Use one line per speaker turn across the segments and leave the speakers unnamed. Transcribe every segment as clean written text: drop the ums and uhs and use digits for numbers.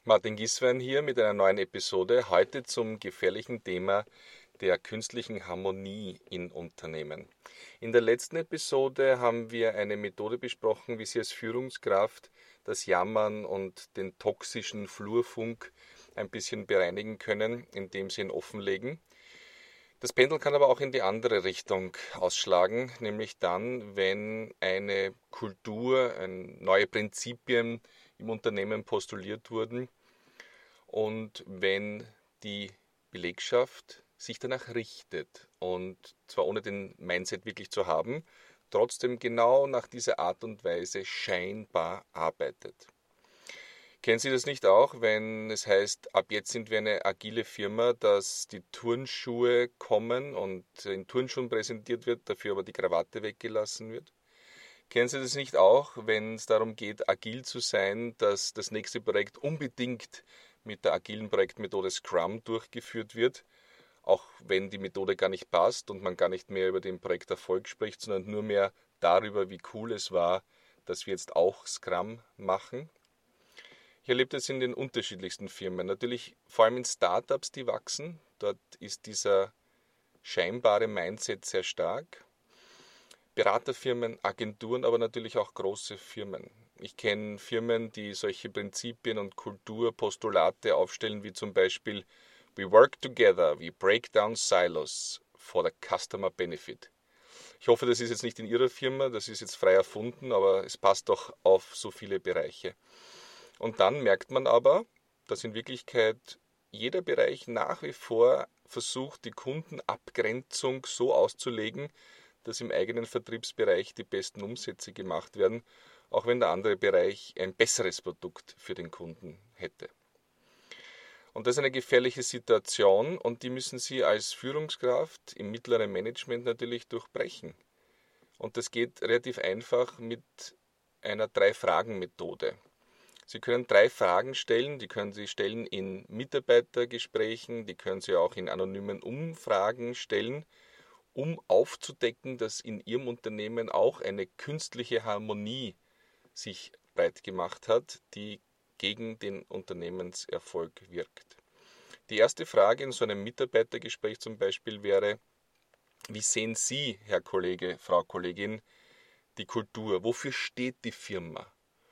Martin Gieswein hier mit einer neuen Episode, heute zum gefährlichen Thema der künstlichen Harmonie in Unternehmen. In der letzten Episode haben wir eine Methode besprochen, wie Sie als Führungskraft das Jammern und den toxischen Flurfunk ein bisschen bereinigen können, indem Sie ihn offenlegen. Das Pendel kann aber auch in die andere Richtung ausschlagen, nämlich dann, wenn eine Kultur, neue Prinzipien im Unternehmen postuliert wurden und wenn die Belegschaft sich danach richtet und zwar ohne den Mindset wirklich zu haben, trotzdem genau nach dieser Art und Weise scheinbar arbeitet. Kennen Sie das nicht auch, wenn es heißt, ab jetzt sind wir eine agile Firma, dass die Turnschuhe kommen und in Turnschuhen präsentiert wird, dafür aber die Krawatte weggelassen wird? Kennen Sie das nicht auch, wenn es darum geht, agil zu sein, dass das nächste Projekt unbedingt mit der agilen Projektmethode Scrum durchgeführt wird, auch wenn die Methode gar nicht passt und man gar nicht mehr über den Projekterfolg spricht, sondern nur mehr darüber, wie cool es war, dass wir jetzt auch Scrum machen? Ich erlebe das in den unterschiedlichsten Firmen. Natürlich vor allem in Startups, die wachsen. Dort ist dieser scheinbare Mindset sehr stark. Beraterfirmen, Agenturen, aber natürlich auch große Firmen. Ich kenne Firmen, die solche Prinzipien und Kulturpostulate aufstellen, wie zum Beispiel We work together, we break down silos for the customer benefit. Ich hoffe, das ist jetzt nicht in Ihrer Firma, das ist jetzt frei erfunden, aber es passt doch auf so viele Bereiche. Und dann merkt man aber, dass in Wirklichkeit jeder Bereich nach wie vor versucht, die Kundenabgrenzung so auszulegen, dass im eigenen Vertriebsbereich die besten Umsätze gemacht werden, auch wenn der andere Bereich ein besseres Produkt für den Kunden hätte. Und das ist eine gefährliche Situation und die müssen Sie als Führungskraft im mittleren Management natürlich durchbrechen. Und das geht relativ einfach mit einer Drei-Fragen-Methode. Sie können 3 Fragen stellen, die können Sie stellen in Mitarbeitergesprächen, die können Sie auch in anonymen Umfragen stellen, um aufzudecken, dass in Ihrem Unternehmen auch eine künstliche Harmonie sich breit gemacht hat, die gegen den Unternehmenserfolg wirkt. Die erste Frage in so einem Mitarbeitergespräch zum Beispiel wäre, wie sehen Sie, Herr Kollege, Frau Kollegin, die Kultur? Wofür steht die Firma?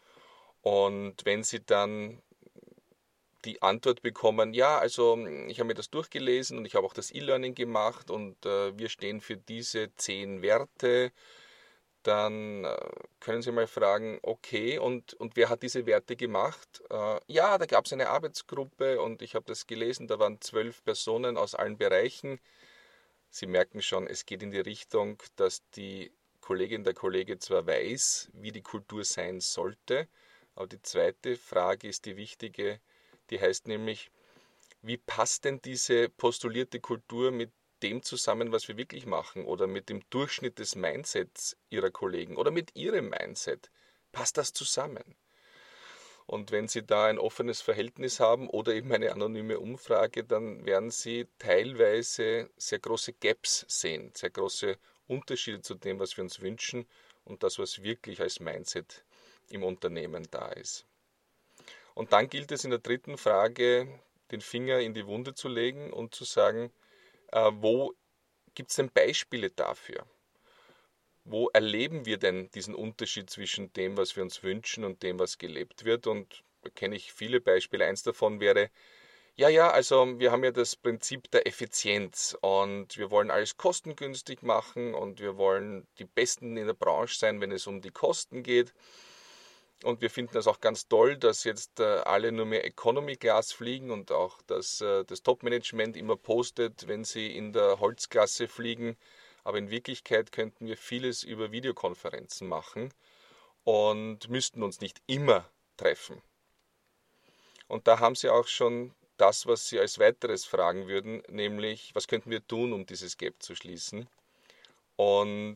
Und wenn Sie dann die Antwort bekommen, ja, also ich habe mir das durchgelesen und ich habe auch das E-Learning gemacht und wir stehen für diese 10 Werte, dann können Sie mal fragen, okay, und wer hat diese Werte gemacht? Ja, da gab es eine Arbeitsgruppe und ich habe das gelesen, da waren 12 Personen aus allen Bereichen. Sie merken schon, es geht in die Richtung, dass die Kollegin, der Kollege zwar weiß, wie die Kultur sein sollte, aber die zweite Frage ist die wichtige, die heißt nämlich, wie passt denn diese postulierte Kultur mit dem zusammen, was wir wirklich machen oder mit dem Durchschnitt des Mindsets Ihrer Kollegen oder mit Ihrem Mindset? Passt das zusammen? Und wenn Sie da ein offenes Verhältnis haben oder eben eine anonyme Umfrage, dann werden Sie teilweise sehr große Gaps sehen, sehr große Unterschiede zu dem, was wir uns wünschen und das, was wirklich als Mindset im Unternehmen da ist. Und dann gilt es in der dritten Frage, den Finger in die Wunde zu legen und zu sagen, wo gibt es denn Beispiele dafür? Wo erleben wir denn diesen Unterschied zwischen dem, was wir uns wünschen und dem, was gelebt wird? Und da kenne ich viele Beispiele. Eins davon wäre, ja, also wir haben ja das Prinzip der Effizienz und wir wollen alles kostengünstig machen und wir wollen die Besten in der Branche sein, wenn es um die Kosten geht. Und wir finden das auch ganz toll, dass jetzt alle nur mehr Economy Class fliegen und auch, dass das Top-Management immer postet, wenn sie in der Holzklasse fliegen. Aber in Wirklichkeit könnten wir vieles über Videokonferenzen machen und müssten uns nicht immer treffen. Und da haben Sie auch schon das, was Sie als weiteres fragen würden, nämlich, was könnten wir tun, um dieses Gap zu schließen? Und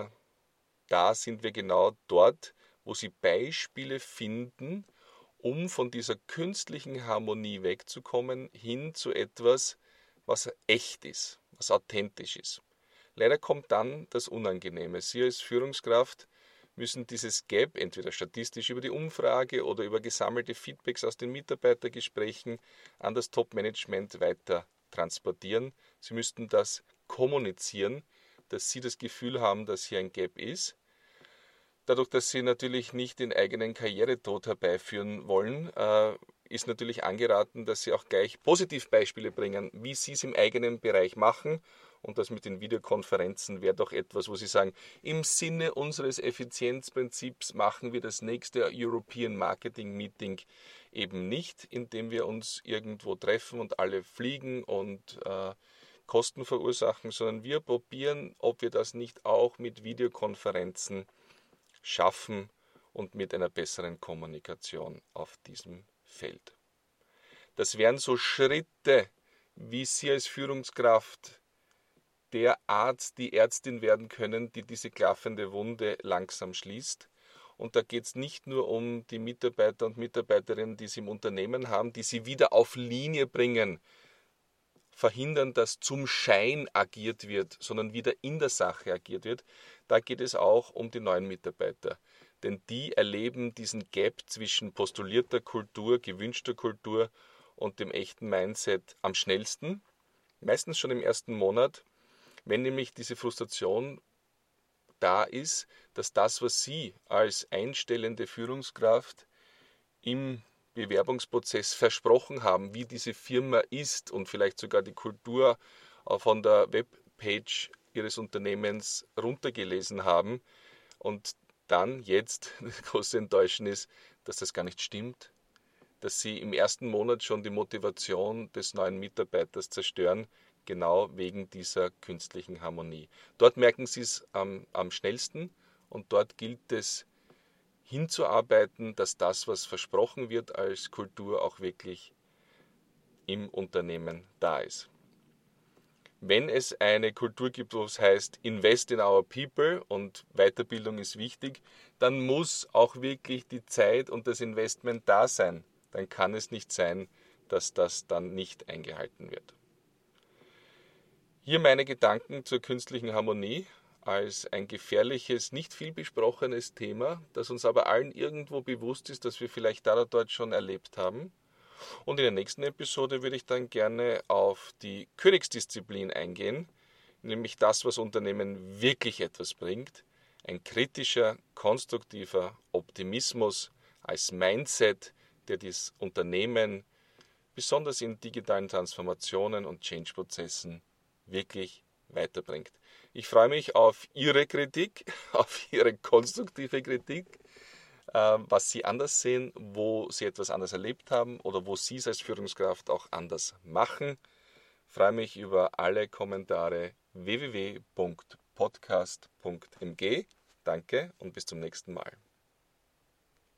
da sind wir genau dort, wo Sie Beispiele finden, um von dieser künstlichen Harmonie wegzukommen, hin zu etwas, was echt ist, was authentisch ist. Leider kommt dann das Unangenehme. Sie als Führungskraft müssen dieses Gap entweder statistisch über die Umfrage oder über gesammelte Feedbacks aus den Mitarbeitergesprächen an das Top-Management weiter transportieren. Sie müssten das kommunizieren, dass Sie das Gefühl haben, dass hier ein Gap ist. Dadurch, dass Sie natürlich nicht den eigenen Karrieretod herbeiführen wollen, ist natürlich angeraten, dass Sie auch gleich Positivbeispiele bringen, wie Sie es im eigenen Bereich machen. Und das mit den Videokonferenzen wäre doch etwas, wo Sie sagen, im Sinne unseres Effizienzprinzips machen wir das nächste European Marketing Meeting eben nicht, indem wir uns irgendwo treffen und alle fliegen und Kosten verursachen, sondern wir probieren, ob wir das nicht auch mit Videokonferenzen schaffen und mit einer besseren Kommunikation auf diesem Feld. Das wären so Schritte, wie Sie als Führungskraft der Arzt, die Ärztin werden können, die diese klaffende Wunde langsam schließt. Und da geht es nicht nur um die Mitarbeiter und Mitarbeiterinnen, die Sie im Unternehmen haben, die Sie wieder auf Linie bringen, verhindern, dass zum Schein agiert wird, sondern wieder in der Sache agiert wird. Da geht es auch um die neuen Mitarbeiter. Denn die erleben diesen Gap zwischen postulierter Kultur, gewünschter Kultur und dem echten Mindset am schnellsten, meistens schon im ersten Monat, wenn nämlich diese Frustration da ist, dass das, was Sie als einstellende Führungskraft im Bewerbungsprozess versprochen haben, wie diese Firma ist und vielleicht sogar die Kultur von der Webpage Ihres Unternehmens runtergelesen haben und dann jetzt das große Enttäuschen ist, dass das gar nicht stimmt, dass Sie im ersten Monat schon die Motivation des neuen Mitarbeiters zerstören, genau wegen dieser künstlichen Harmonie. Dort merken Sie es am schnellsten und dort gilt es, hinzuarbeiten, dass das, was versprochen wird als Kultur, auch wirklich im Unternehmen da ist. Wenn es eine Kultur gibt, wo es heißt, invest in our people und Weiterbildung ist wichtig, dann muss auch wirklich die Zeit und das Investment da sein. Dann kann es nicht sein, dass das dann nicht eingehalten wird. Hier meine Gedanken zur künstlichen Harmonie als ein gefährliches, nicht viel besprochenes Thema, das uns aber allen irgendwo bewusst ist, dass wir vielleicht da oder dort schon erlebt haben. Und in der nächsten Episode würde ich dann gerne auf die Königsdisziplin eingehen, nämlich das, was Unternehmen wirklich etwas bringt, ein kritischer, konstruktiver Optimismus als Mindset, der das Unternehmen besonders in digitalen Transformationen und Change-Prozessen wirklich weiterbringt. Ich freue mich auf Ihre Kritik, auf Ihre konstruktive Kritik, was Sie anders sehen, wo Sie etwas anders erlebt haben oder wo Sie es als Führungskraft auch anders machen. Ich freue mich über alle Kommentare www.podcast.mg. Danke und bis zum nächsten Mal.